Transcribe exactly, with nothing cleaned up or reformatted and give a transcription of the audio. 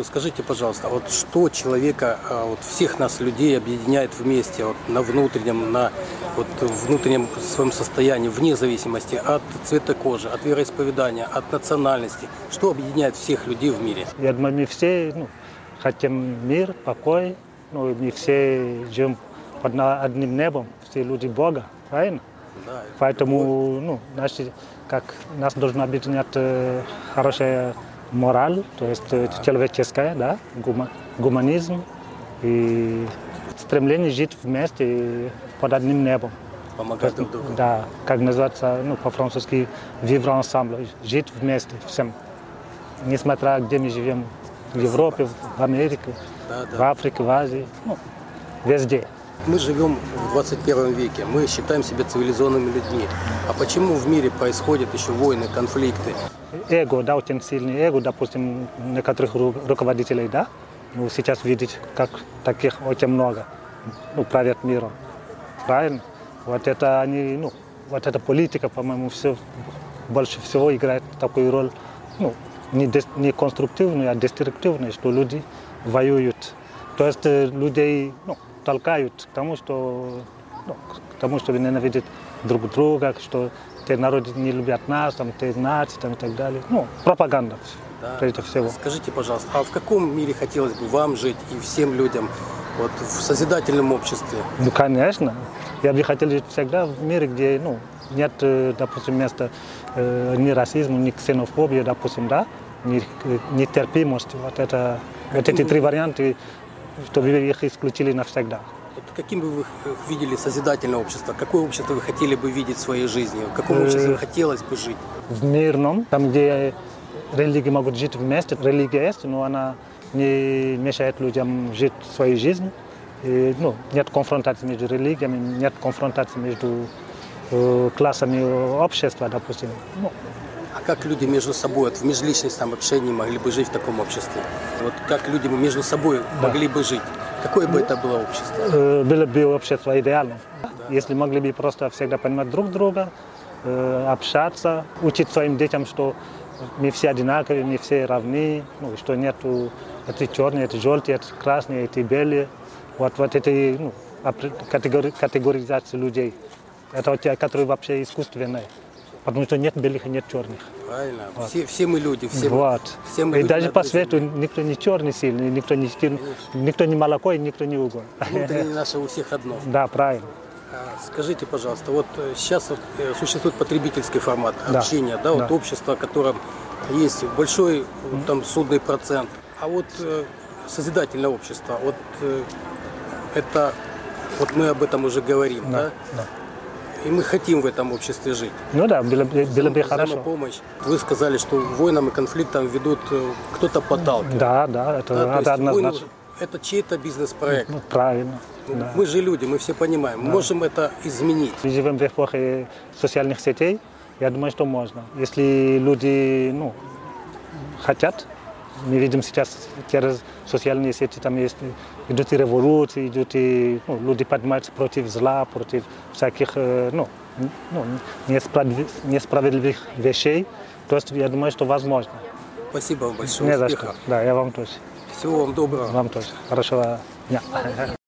минуту скажите, пожалуйста, вот что человека, вот всех нас, людей, объединяет вместе вот, на внутреннем, на вот, внутреннем своем состоянии, вне зависимости от цвета кожи, от вероисповедания, от национальности? Что объединяет всех людей в мире? Я думаю, мы все ну, хотим мир, покой, ну, мы все живем под одним небом, все люди Бога, правильно? Да, Поэтому ну, наши, как, нас должна объединять э, хорошая мораль, то есть э, человеческая, да, гума, гуманизм и стремление жить вместе под одним небом. Помогать друг другу. Да, как называется, ну, по-французски «vivre ensemble», жить вместе всем. Несмотря где мы живем, в Европе, в Америке, да, да. в Африке, в Азии, ну, везде. Мы живем в двадцать первом веке, мы считаем себя цивилизованными людьми. А почему в мире происходят еще войны, конфликты? Эго, да, очень сильный эго, допустим, некоторых ру руководителей, да. Ну, сейчас видите, как таких очень много, ну, правят миром. Правильно? Вот это они, ну, вот эта политика, по-моему, все, больше всего играет такую роль, ну, не, не конструктивную, а деструктивную, что люди воюют. То есть людей, ну, толкают к тому, что, ну, к тому, чтобы ненавидеть друг друга, что те народы не любят нас, там, те нации там, и так далее. Ну, пропаганда, да. Прежде всего. Скажите, пожалуйста, а в каком мире хотелось бы вам жить и всем людям вот, в созидательном обществе? Ну, конечно. Я бы хотел жить всегда в мире, где ну, нет, допустим, места э, ни расизму, ни ксенофобии, допустим, да, ни, ни терпимости. Вот, это, вот эти три варианта, чтобы их исключили навсегда. Вот каким бы вы видели созидательное общество? Какое общество вы хотели бы видеть в своей жизни? В каком обществе вы хотелось бы жить? В мирном, там, где религии могут жить вместе. Религия есть, но она не мешает людям жить своей жизнью. И, ну, нет конфронтации между религиями, нет конфронтации между э, классами общества, допустим. Ну, А как люди между собой, вот в межличностном общении могли бы жить в таком обществе? Вот как люди между собой да. могли бы жить? Какое бы это было общество? Было бы общество идеальным. Да. Если могли бы просто всегда понимать друг друга, общаться, учить своим детям, что мы все одинаковые, мы все равны, ну, что нету эти черные, эти желтые, эти красные, эти белые. Вот, вот эти ну, категори, категоризации людей, это вот те, которые вообще искусственные. Потому что нет белых и нет черных. Правильно. Вот. Все, все мы люди. Все вот. мы, все мы и люди даже по свету никто не черный сильный, никто не, никто не молоко и никто не уголь. Внутренне наше у всех одно. Да, правильно. Скажите, пожалуйста, вот сейчас вот существует потребительский формат да. общения, да, вот да. общество, в котором есть большой там судный процент. А вот созидательное общество, вот это, вот мы об этом уже говорим, да? да? да. И мы хотим в этом обществе жить. Ну да, было, было бы хорошо. Помощь. Вы сказали, что войнам и конфликтам ведут, кто-то подталкивает. Да, да, это, да, это однозначно. Это чей-то бизнес-проект. Ну, правильно. Ну, да. Мы же люди, мы все понимаем. Мы да. можем это изменить. Мы живем в эпохе социальных сетей. Я думаю, что можно. Если люди ну, хотят, мы видим сейчас через социальные сети, там есть, идут и революции, идут и ну, люди поднимаются против зла, против всяких ну, ну, несправедливых вещей. То есть я думаю, что возможно. Спасибо вам большое. Не за что. Да, я вам тоже. Всего вам доброго. Вам тоже. Хорошего дня.